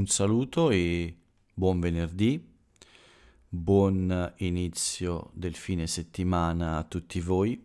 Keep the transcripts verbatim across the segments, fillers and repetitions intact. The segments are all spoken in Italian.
Un saluto e buon venerdì, buon inizio del fine settimana a tutti voi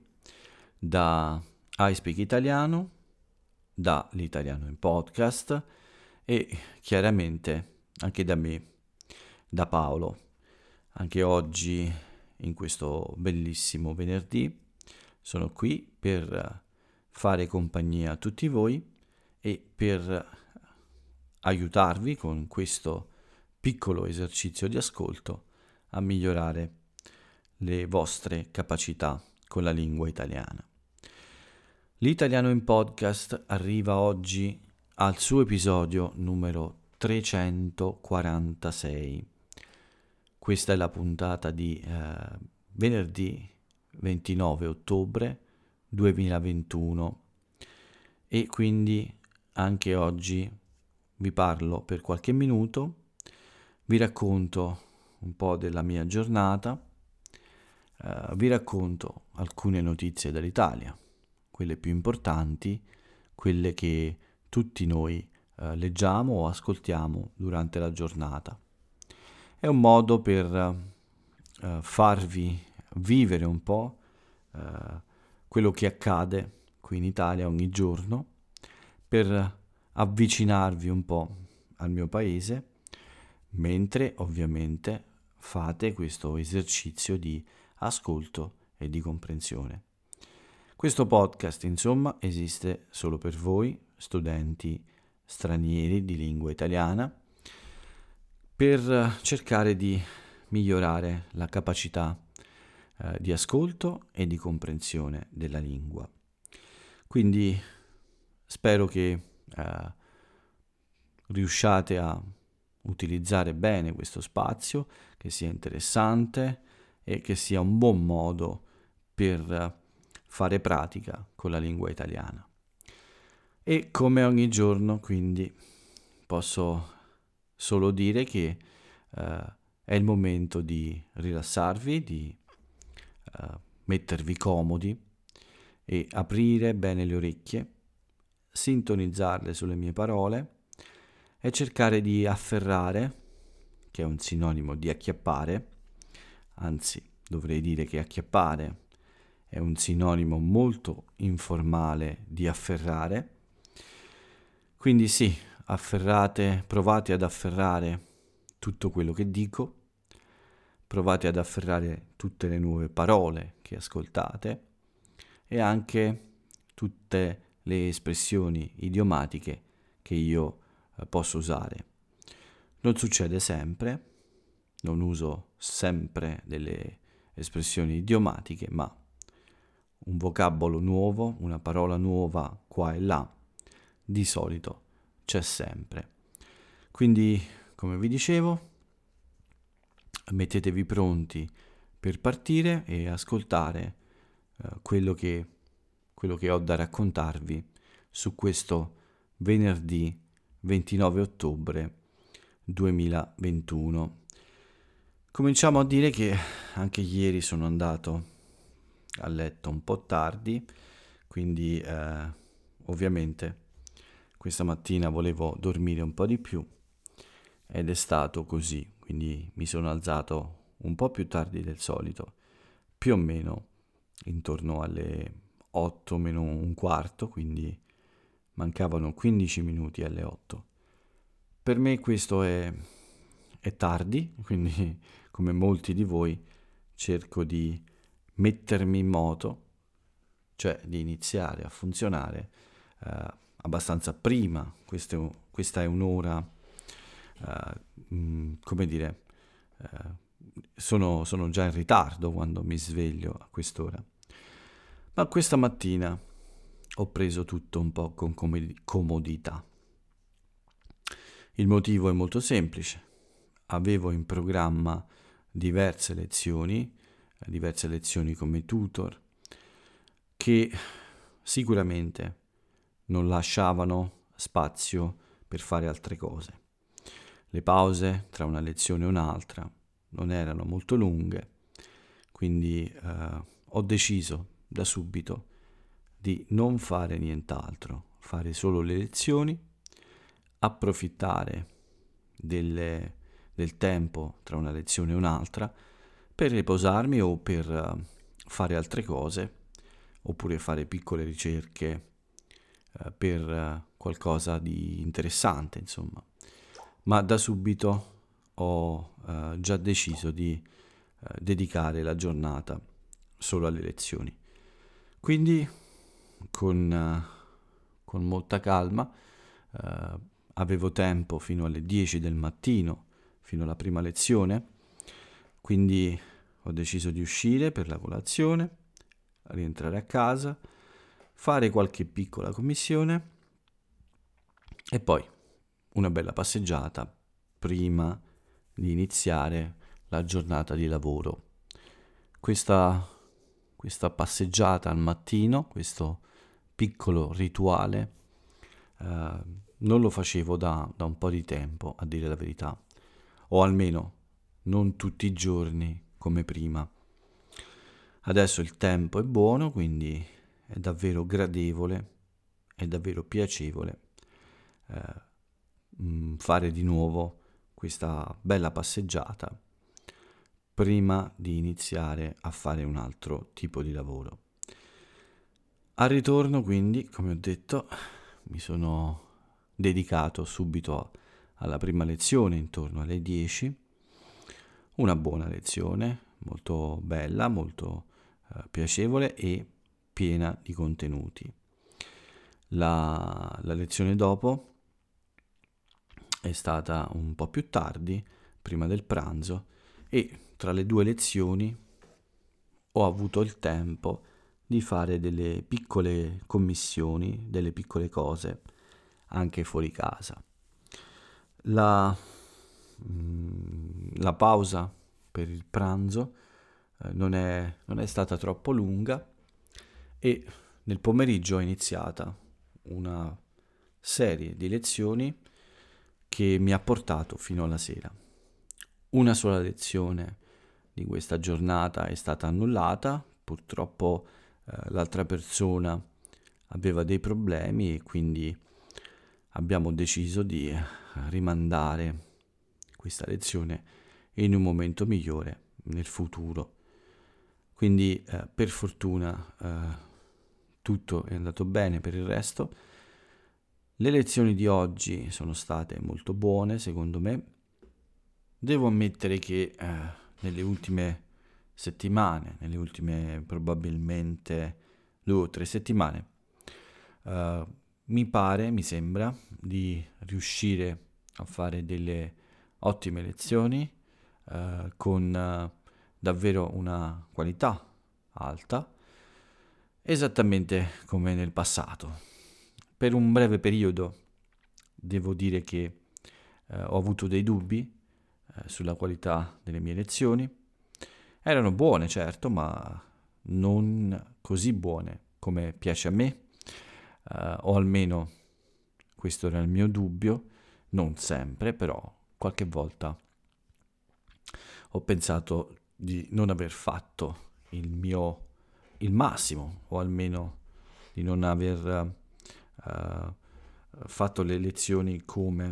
da iSpeak Italiano, da l'Italiano in Podcast e chiaramente anche da me, da Paolo. Anche oggi, in questo bellissimo venerdì, sono qui per fare compagnia a tutti voi e per aiutarvi con questo piccolo esercizio di ascolto a migliorare le vostre capacità con la lingua italiana. L'Italiano in Podcast arriva oggi al suo episodio numero trecentoquarantasei. Questa è la puntata di eh, venerdì ventinove ottobre duemilaventuno e quindi anche oggi vi parlo per qualche minuto, vi racconto un po' della mia giornata, eh, vi racconto alcune notizie dall'Italia, quelle più importanti, quelle che tutti noi eh, leggiamo o ascoltiamo durante la giornata. È un modo per eh, farvi vivere un po' eh, quello che accade qui in Italia ogni giorno, per avvicinarvi un po' al mio paese, mentre ovviamente fate questo esercizio di ascolto e di comprensione. Questo podcast, insomma, esiste solo per voi, studenti stranieri di lingua italiana, per cercare di migliorare la capacità eh, di ascolto e di comprensione della lingua. Quindi spero che eh, riusciate a utilizzare bene questo spazio, che sia interessante e che sia un buon modo per fare pratica con la lingua italiana. E come ogni giorno, quindi, posso solo dire che eh, è il momento di rilassarvi, di eh, mettervi comodi e aprire bene le orecchie, sintonizzarle sulle mie parole e cercare di afferrare, che è un sinonimo di acchiappare, anzi dovrei dire che acchiappare è un sinonimo molto informale di afferrare. Quindi sì, afferrate, provate ad afferrare tutto quello che dico, provate ad afferrare tutte le nuove parole che ascoltate e anche tutte le espressioni idiomatiche che io eh, posso usare. Non succede sempre, non uso sempre delle espressioni idiomatiche, ma un vocabolo nuovo, una parola nuova qua e là, di solito c'è sempre. Quindi, come vi dicevo, mettetevi pronti per partire e ascoltare eh, quello che, quello che ho da raccontarvi su questo venerdì ventinove ottobre duemilaventuno. Cominciamo a dire che anche ieri sono andato a letto un po' tardi, quindi eh, ovviamente questa mattina volevo dormire un po' di più ed è stato così, quindi mi sono alzato un po' più tardi del solito, più o meno intorno alle otto meno un quarto, quindi mancavano quindici minuti alle otto. Per me questo è, è tardi, quindi come molti di voi cerco di mettermi in moto, cioè di iniziare a funzionare eh, abbastanza prima. Questo, questa è un'ora, eh, mh, come dire, eh, sono, sono già in ritardo quando mi sveglio a quest'ora. Ma questa mattina ho preso tutto un po' con comod- comodità. Il motivo è molto semplice. Avevo in programma diverse lezioni, diverse lezioni come tutor, che sicuramente non lasciavano spazio per fare altre cose. Le pause tra una lezione e un'altra non erano molto lunghe, quindi eh, ho deciso da subito di non fare nient'altro, fare solo le lezioni, approfittare delle- del tempo tra una lezione e un'altra per riposarmi o per eh, fare altre cose, oppure fare piccole ricerche eh, per eh, qualcosa di interessante, insomma. Ma da subito ho eh, già deciso di eh, dedicare la giornata solo alle lezioni. Quindi, con, eh, con molta calma, eh, avevo tempo fino alle dieci del mattino, fino alla prima lezione, quindi ho deciso di uscire per la colazione, rientrare a casa, fare qualche piccola commissione e poi una bella passeggiata prima di iniziare la giornata di lavoro. Questa, questa passeggiata al mattino, questo piccolo rituale, eh, non lo facevo da, da un po' di tempo, a dire la verità, o almeno non tutti i giorni come prima. Adesso il tempo è buono, quindi è davvero gradevole, è davvero piacevole eh, mh, fare di nuovo questa bella passeggiata prima di iniziare a fare un altro tipo di lavoro. Al ritorno, quindi, come ho detto, mi sono dedicato subito alla prima lezione intorno alle dieci. Una buona lezione, molto bella, molto eh, piacevole e piena di contenuti. La, la lezione dopo è stata un po' più tardi, prima del pranzo, e tra le due lezioni ho avuto il tempo di fare delle piccole commissioni, delle piccole cose, anche fuori casa. La, mm, la pausa per il pranzo eh, non è, non è stata troppo lunga e nel pomeriggio è iniziata una serie di lezioni che mi ha portato fino alla sera. Una sola lezione di questa giornata è stata annullata, purtroppo eh, l'altra persona aveva dei problemi e quindi abbiamo deciso di rimandare questa lezione in un momento migliore nel futuro. Quindi eh, per fortuna eh, tutto è andato bene per il resto. Le lezioni di oggi sono state molto buone, secondo me. Devo ammettere che eh, nelle ultime settimane, nelle ultime probabilmente due o tre settimane, eh, mi pare, mi sembra, di riuscire a fare delle ottime lezioni eh, con eh, davvero una qualità alta, esattamente come nel passato. Per un breve periodo devo dire che eh, ho avuto dei dubbi eh, sulla qualità delle mie lezioni. Erano buone, certo, ma non così buone come piace a me, eh, o almeno questo era il mio dubbio, non sempre, però qualche volta ho pensato di non aver fatto il mio il massimo, o almeno di non aver uh, fatto le lezioni come,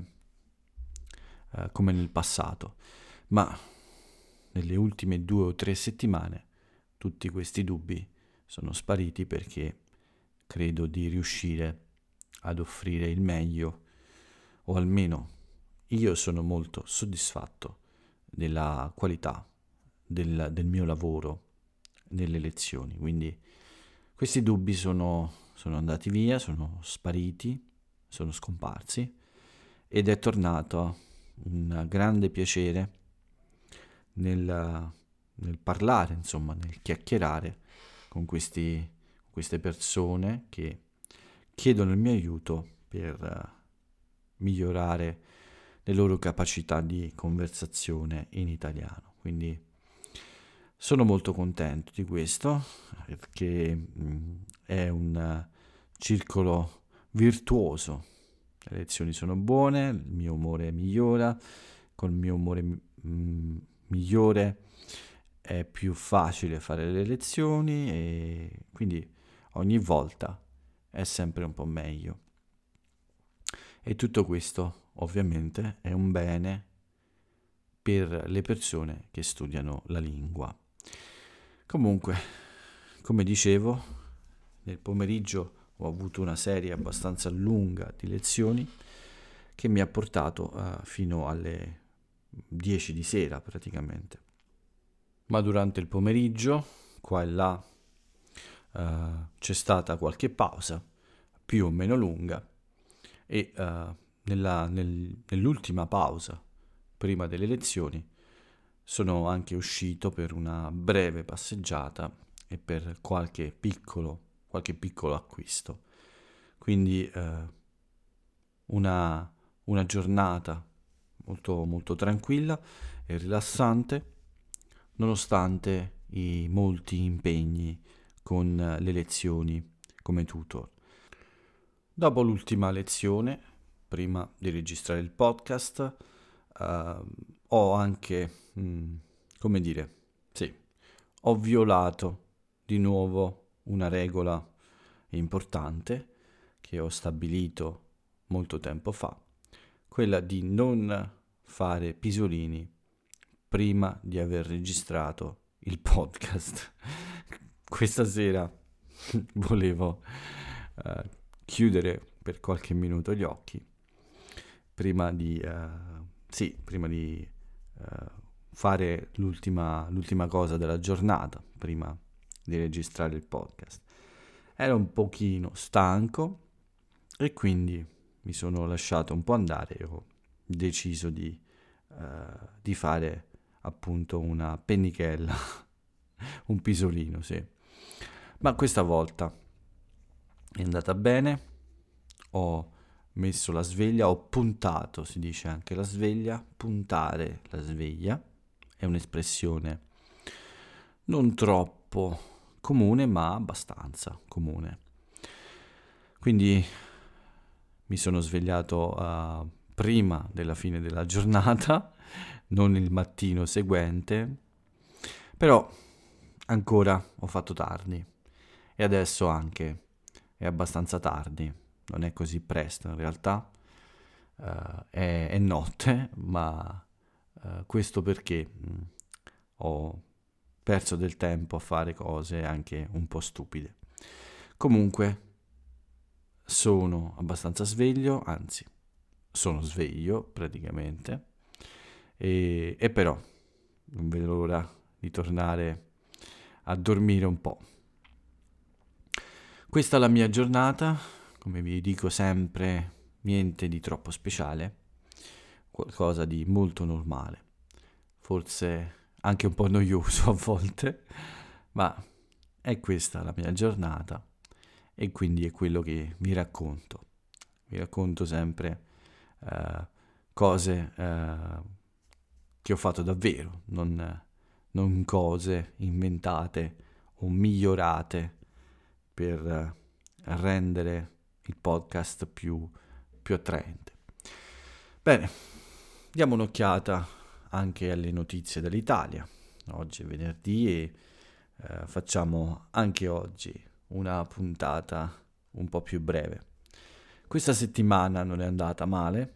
uh, come nel passato. Ma nelle ultime due o tre settimane tutti questi dubbi sono spariti perché credo di riuscire ad offrire il meglio, o almeno io sono molto soddisfatto della qualità del, del mio lavoro nelle lezioni. Quindi questi dubbi sono, sono andati via, sono spariti, sono scomparsi ed è tornato un grande piacere nel, nel parlare, insomma, nel chiacchierare con questi, queste persone che chiedono il mio aiuto per uh, migliorare le loro capacità di conversazione in italiano. Quindi sono molto contento di questo perché mh, è un uh, circolo virtuoso. Le lezioni sono buone, il mio umore migliora, col mio umore mh, migliore è più facile fare le lezioni e quindi ogni volta è sempre un po' meglio. E tutto questo ovviamente è un bene per le persone che studiano la lingua. Comunque, come dicevo, nel pomeriggio ho avuto una serie abbastanza lunga di lezioni che mi ha portato uh, fino alle dieci di sera praticamente. Ma durante il pomeriggio, qua e là, uh, c'è stata qualche pausa, più o meno lunga, e uh, nella, nel, nell'ultima pausa, prima delle lezioni, sono anche uscito per una breve passeggiata e per qualche piccolo, qualche piccolo acquisto. Quindi uh, una, una giornata molto, molto tranquilla e rilassante, nonostante i molti impegni con le lezioni come tutor. Dopo l'ultima lezione, prima di registrare il podcast, uh, ho anche, mh, come dire, sì, ho violato di nuovo una regola importante che ho stabilito molto tempo fa, quella di non fare pisolini prima di aver registrato il podcast. Questa sera volevo uh, chiudere per qualche minuto gli occhi prima di, uh, sì, prima di uh, fare l'ultima, l'ultima cosa della giornata, prima di registrare il podcast. Ero un pochino stanco e quindi mi sono lasciato un po' andare e ho deciso di, uh, di fare appunto una pennichella, un pisolino, sì. Ma questa volta è andata bene, ho messo la sveglia, ho puntato, si dice anche la sveglia, puntare la sveglia, è un'espressione non troppo comune ma abbastanza comune. Quindi mi sono svegliato uh, prima della fine della giornata, non il mattino seguente, però ancora ho fatto tardi e adesso anche è abbastanza tardi, non è così presto in realtà, uh, è, è notte, ma uh, questo perché mh, ho perso del tempo a fare cose anche un po' stupide. Comunque sono abbastanza sveglio, anzi sono sveglio praticamente, e, e però non vedo l'ora di tornare a dormire un po'. Questa è la mia giornata, come vi dico sempre, niente di troppo speciale, qualcosa di molto normale, forse anche un po' noioso a volte, ma è questa la mia giornata e quindi è quello che vi racconto. Vi racconto sempre uh, cose uh, che ho fatto davvero, non, non cose inventate o migliorate per uh, rendere il podcast più, più attraente. Bene, diamo un'occhiata anche alle notizie dall'Italia. Oggi è venerdì e uh, facciamo anche oggi una puntata un po' più breve. Questa settimana non è andata male,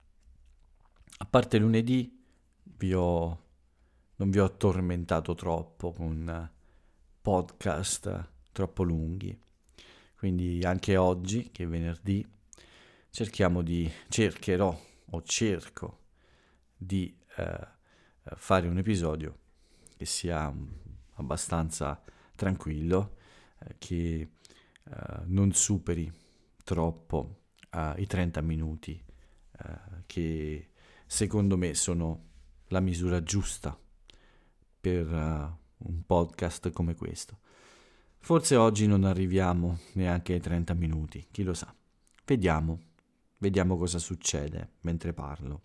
a parte lunedì vi ho, non vi ho tormentato troppo con podcast troppo lunghi, quindi anche oggi, che è venerdì, cerchiamo di, cercherò o cerco di eh, fare un episodio che sia abbastanza tranquillo, eh, che eh, non superi troppo uh, i trenta minuti, uh, che secondo me sono la misura giusta per uh, un podcast come questo. Forse oggi non arriviamo neanche ai trenta minuti, chi lo sa. Vediamo, vediamo cosa succede mentre parlo.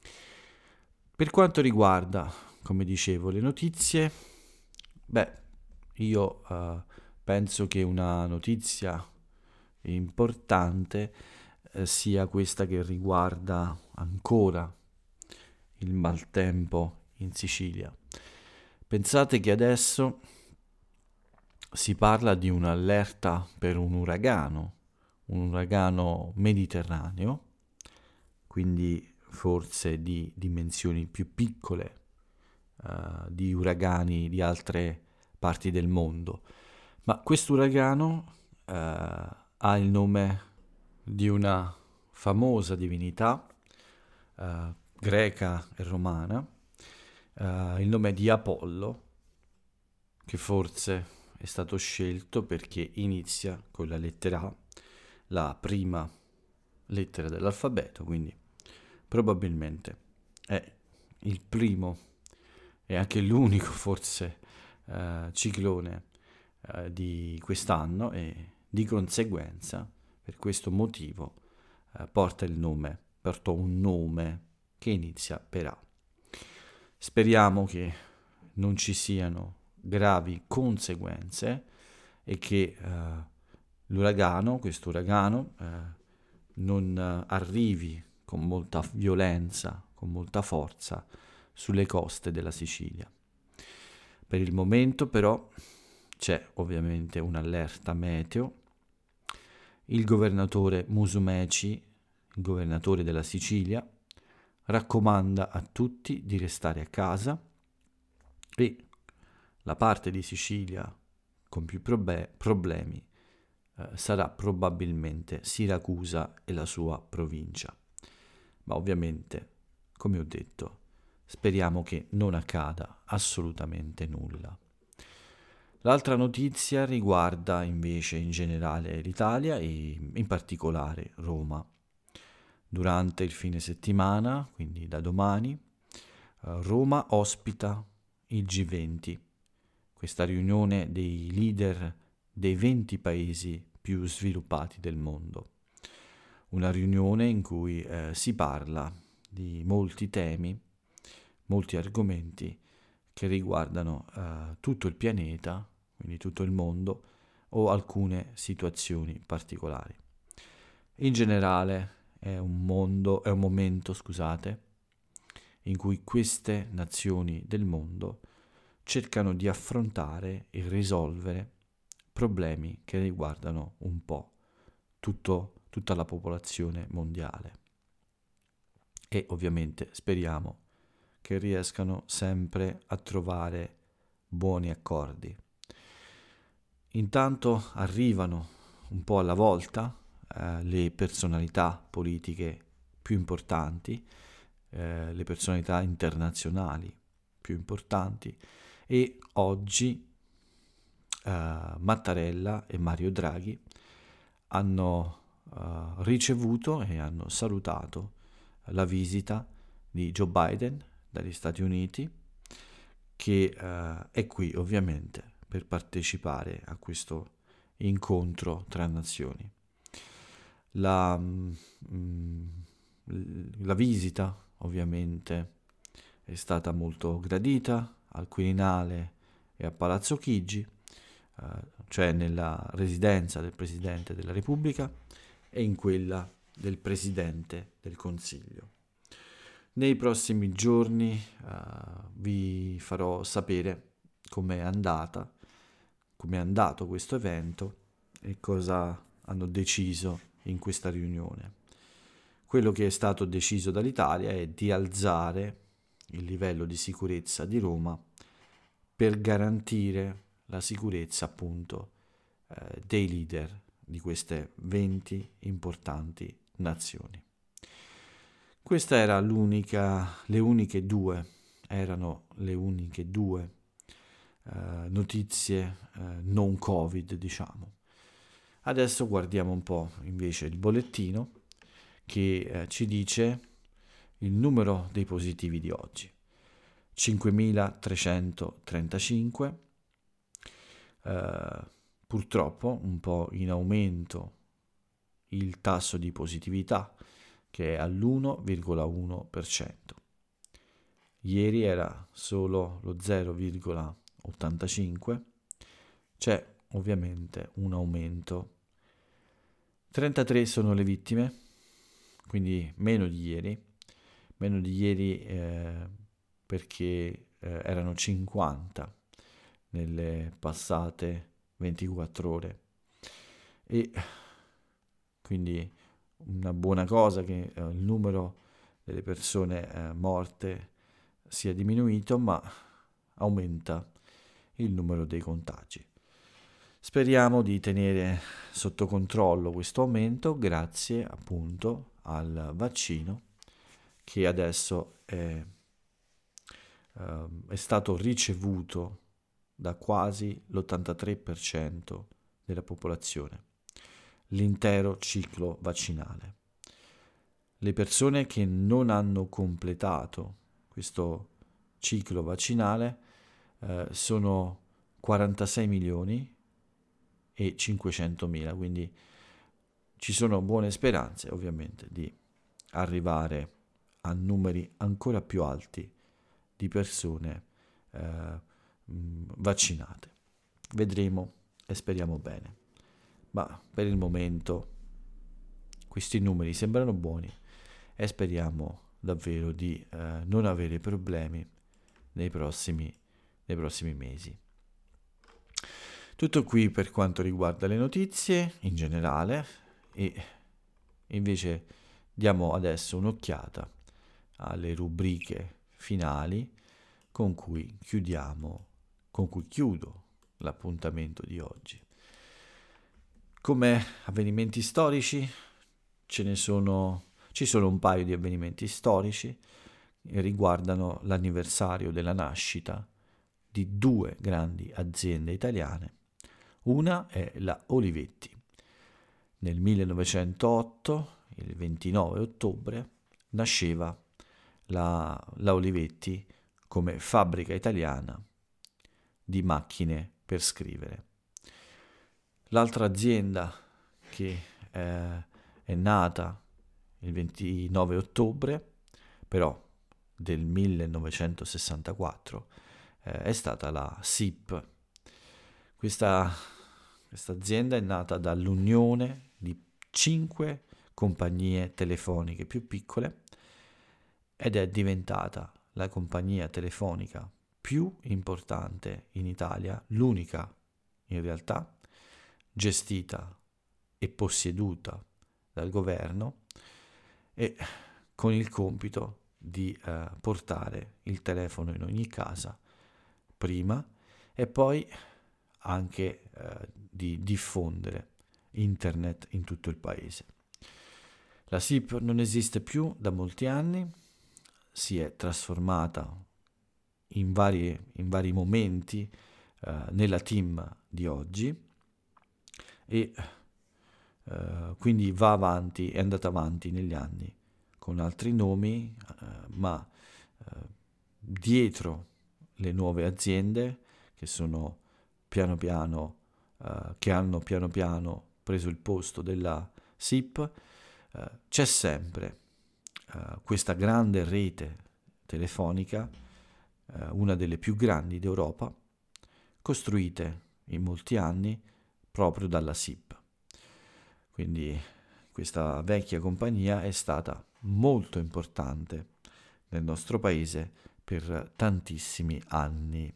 Per quanto riguarda, come dicevo, le notizie, beh, io uh, penso che una notizia importante eh, sia questa che riguarda ancora il maltempo in Sicilia. Pensate che adesso si parla di un'allerta per un uragano, un uragano mediterraneo, quindi forse di dimensioni più piccole uh, di uragani di altre parti del mondo, ma questo uragano uh, ha il nome di una famosa divinità uh, greca e romana, uh, il nome di Apollo, che forse è stato scelto perché inizia con la lettera A, la prima lettera dell'alfabeto, quindi probabilmente è il primo e anche l'unico forse uh, ciclone uh, di quest'anno, e di conseguenza per questo motivo uh, porta il nome, portò un nome che inizia per A. Speriamo che non ci siano gravi conseguenze e che uh, l'uragano, questo uragano, uh, non uh, arrivi con molta violenza, con molta forza sulle coste della Sicilia. Per il momento però c'è ovviamente un'allerta meteo. Il governatore Musumeci, il governatore della Sicilia, raccomanda a tutti di restare a casa, e la parte di Sicilia con più probe- problemi eh, sarà probabilmente Siracusa e la sua provincia. Ma ovviamente, come ho detto, speriamo che non accada assolutamente nulla. L'altra notizia riguarda invece in generale l'Italia e in particolare Roma. Durante il fine settimana, quindi da domani, Roma ospita il G venti, questa riunione dei leader dei venti paesi più sviluppati del mondo. Una riunione in cui eh, si parla di molti temi, molti argomenti che riguardano eh, tutto il pianeta, quindi tutto il mondo, o alcune situazioni particolari. In generale è un mondo, è un momento, scusate, in cui queste nazioni del mondo cercano di affrontare e risolvere problemi che riguardano un po' tutto, tutta la popolazione mondiale. E ovviamente speriamo che riescano sempre a trovare buoni accordi. Intanto arrivano un po' alla volta eh, le personalità politiche più importanti, eh, le personalità internazionali più importanti, e oggi eh, Mattarella e Mario Draghi hanno eh, ricevuto e hanno salutato la visita di Joe Biden dagli Stati Uniti, che eh, è qui ovviamente per partecipare a questo incontro tra nazioni. La, mm, la visita ovviamente è stata molto gradita al Quirinale e a Palazzo Chigi, eh, cioè nella residenza del Presidente della Repubblica e in quella del Presidente del Consiglio. Nei prossimi giorni uh, vi farò sapere com'è andata, com'è andato questo evento e cosa hanno deciso in questa riunione. Quello che è stato deciso dall'Italia è di alzare il livello di sicurezza di Roma per garantire la sicurezza appunto eh, dei leader di queste venti importanti nazioni. Questa era l'unica, le uniche due, erano le uniche due eh, notizie eh, non Covid, diciamo. Adesso guardiamo un po' invece il bollettino che eh, ci dice il numero dei positivi di oggi. cinquemilatrecentotrentacinque, eh, purtroppo un po' in aumento il tasso di positività, che è all'uno virgola uno per cento. Ieri era solo lo zero virgola ottantacinque, c'è ovviamente un aumento. trentatré sono le vittime, quindi meno di ieri, meno di ieri eh, perché eh, erano cinquanta nelle passate ventiquattro ore, e quindi una buona cosa che eh, il numero delle persone eh, morte sia diminuito, ma aumenta il numero dei contagi. Speriamo di tenere sotto controllo questo aumento grazie appunto al vaccino che adesso è, eh, è stato ricevuto da quasi l'ottantatré per cento della popolazione, l'intero ciclo vaccinale. Le persone che non hanno completato questo ciclo vaccinale eh, sono quarantasei milioni e cinquecentomila, quindi ci sono buone speranze ovviamente di arrivare a numeri ancora più alti di persone eh, vaccinate. Vedremo e speriamo bene, ma per il momento questi numeri sembrano buoni e speriamo davvero di eh, non avere problemi nei prossimi, nei prossimi mesi. Tutto qui per quanto riguarda le notizie in generale, e invece diamo adesso un'occhiata alle rubriche finali con cui chiudiamo, con cui chiudo l'appuntamento di oggi. Come avvenimenti storici ce ne sono, ci sono un paio di avvenimenti storici che riguardano l'anniversario della nascita di due grandi aziende italiane. Una è la Olivetti. Nel millenovecentootto, il ventinove ottobre, nasceva la, la Olivetti come fabbrica italiana di macchine per scrivere. L'altra azienda che eh, è nata il ventinove ottobre, però del millenovecentosessantaquattro, eh, è stata la S I P. Questa, questa azienda è nata dall'unione di cinque compagnie telefoniche più piccole ed è diventata la compagnia telefonica più importante in Italia, l'unica in realtà, gestita e posseduta dal governo e con il compito di eh, portare il telefono in ogni casa prima e poi anche eh, di diffondere internet in tutto il paese. La S I P non esiste più da molti anni, si è trasformata in vari, in vari momenti eh, nella team di oggi e eh, quindi va avanti, è andata avanti negli anni con altri nomi, eh, ma eh, dietro le nuove aziende che sono piano piano, eh, che hanno piano piano preso il posto della S I P, eh, c'è sempre eh, questa grande rete telefonica, eh, una delle più grandi d'Europa, costruite in molti anni proprio dalla S I P. Quindi questa vecchia compagnia è stata molto importante nel nostro paese per tantissimi anni.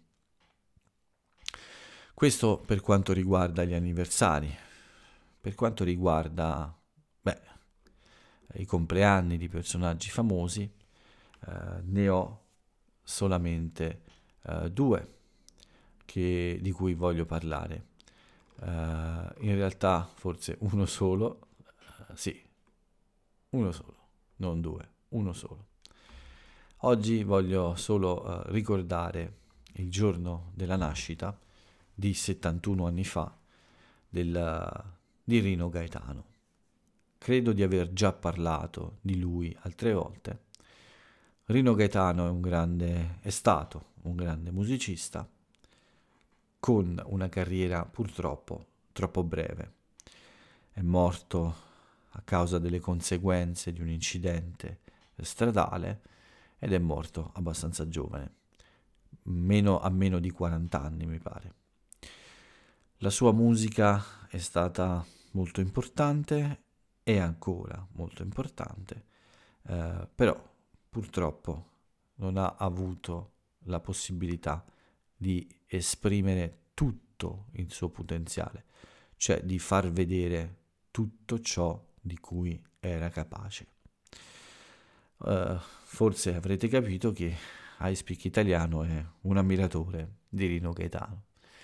Questo per quanto riguarda gli anniversari. Per quanto riguarda beh, i compleanni di personaggi famosi, eh, ne ho solamente eh, due che, di cui voglio parlare. Uh, in realtà forse uno solo, uh, sì, uno solo, non due, uno solo. Oggi voglio solo uh, ricordare il giorno della nascita di settantuno anni fa del, di Rino Gaetano. Credo di aver già parlato di lui altre volte. Rino Gaetano è un grande, è stato un grande musicista con una carriera purtroppo troppo breve. È morto a causa delle conseguenze di un incidente stradale ed è morto abbastanza giovane, meno, a meno di quaranta anni mi pare. La sua musica è stata molto importante, è ancora molto importante, eh, però purtroppo non ha avuto la possibilità di esprimere tutto il suo potenziale, cioè di far vedere tutto ciò di cui era capace. uh, forse avrete capito che I Speak Italiano è un ammiratore di Rino Gaetano.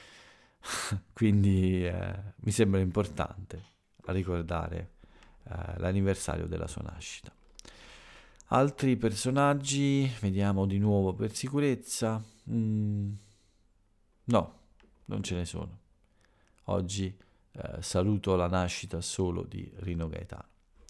Quindi eh, mi sembra importante ricordare eh, l'anniversario della sua nascita. Altri personaggi, vediamo di nuovo per sicurezza. Mm, no, non ce ne sono. Oggi eh, saluto la nascita solo di Rino Gaetano.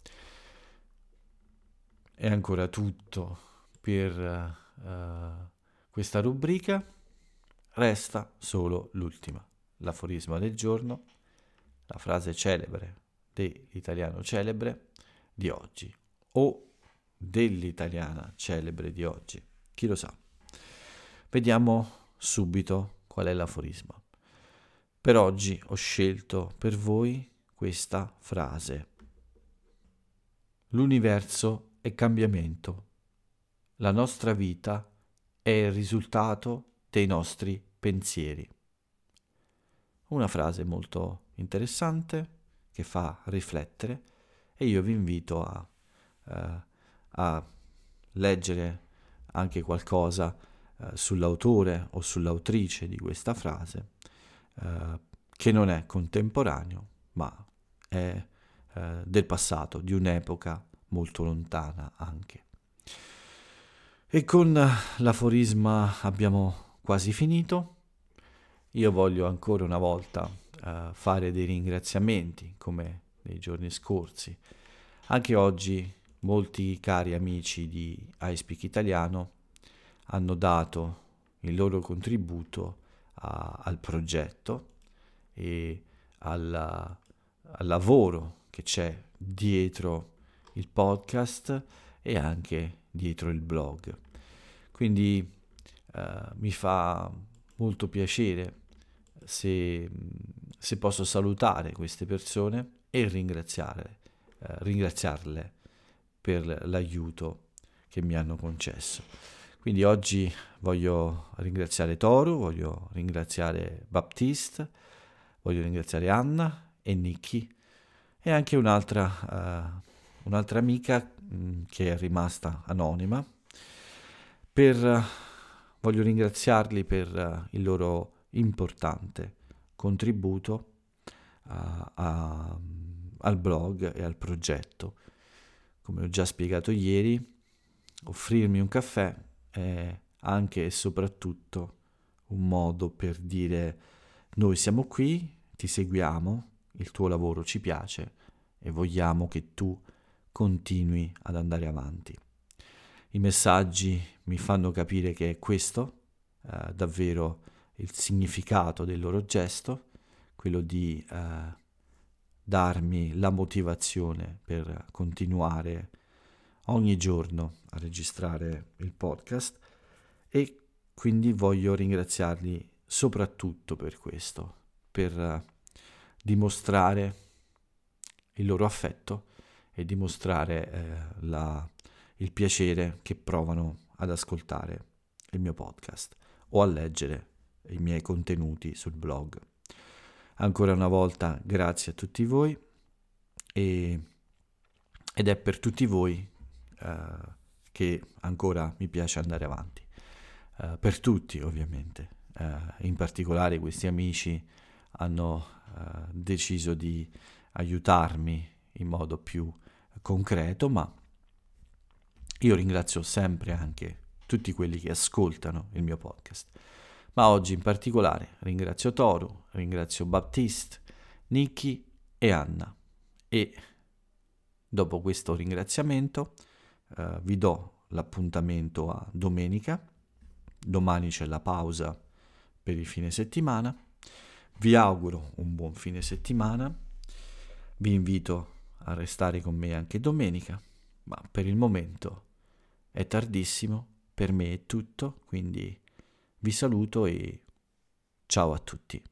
È ancora tutto per uh, questa rubrica. Resta solo l'ultima, l'aforisma del giorno, la frase celebre dell'italiano celebre di oggi o dell'italiana celebre di oggi, chi lo sa. Vediamo subito qual è l'aforisma. Per oggi ho scelto per voi questa frase. L'universo è cambiamento. La nostra vita è il risultato dei nostri pensieri. Una frase molto interessante che fa riflettere e io vi invito a, uh, a leggere anche qualcosa uh, sull'autore o sull'autrice di questa frase, uh, che non è contemporaneo, ma è uh, del passato, di un'epoca molto lontana anche. E con l'aforisma abbiamo quasi finito. Io voglio ancora una volta uh, fare dei ringraziamenti, come nei giorni scorsi. Anche oggi molti cari amici di I Speak Italiano hanno dato il loro contributo a, al progetto e alla, al lavoro che c'è dietro il podcast e anche dietro il blog. Quindi uh, mi fa molto piacere se, se posso salutare queste persone e ringraziare, uh, ringraziarle per l'aiuto che mi hanno concesso. Quindi oggi voglio ringraziare Toru, voglio ringraziare Baptiste, voglio ringraziare Anna e Nicky e anche un'altra, uh, un'altra amica mh, che è rimasta anonima. Per, voglio ringraziarli per uh, il loro importante contributo uh, a, al blog e al progetto. Come ho già spiegato ieri, offrirmi un caffè è anche e soprattutto un modo per dire: noi siamo qui, ti seguiamo, il tuo lavoro ci piace e vogliamo che tu continui ad andare avanti. I messaggi mi fanno capire che è questo eh, davvero il significato del loro gesto, quello di eh, darmi la motivazione per continuare ogni giorno a registrare il podcast, e quindi voglio ringraziarli soprattutto per questo, per uh, dimostrare il loro affetto e dimostrare eh, la, il piacere che provano ad ascoltare il mio podcast o a leggere i miei contenuti sul blog. Ancora una volta grazie a tutti voi e, ed è per tutti voi uh, che ancora mi piace andare avanti. Uh, per tutti ovviamente, uh, in particolare questi amici hanno uh, deciso di aiutarmi in modo più concreto, ma io ringrazio sempre anche tutti quelli che ascoltano il mio podcast. Ma oggi in particolare ringrazio Toru, ringrazio Baptiste, Nicky e Anna. E dopo questo ringraziamento uh, vi do l'appuntamento a domenica. Domani c'è la pausa per il fine settimana. Vi auguro un buon fine settimana. Vi invito a restare con me anche domenica, ma per il momento è tardissimo, per me è tutto, quindi vi saluto e ciao a tutti.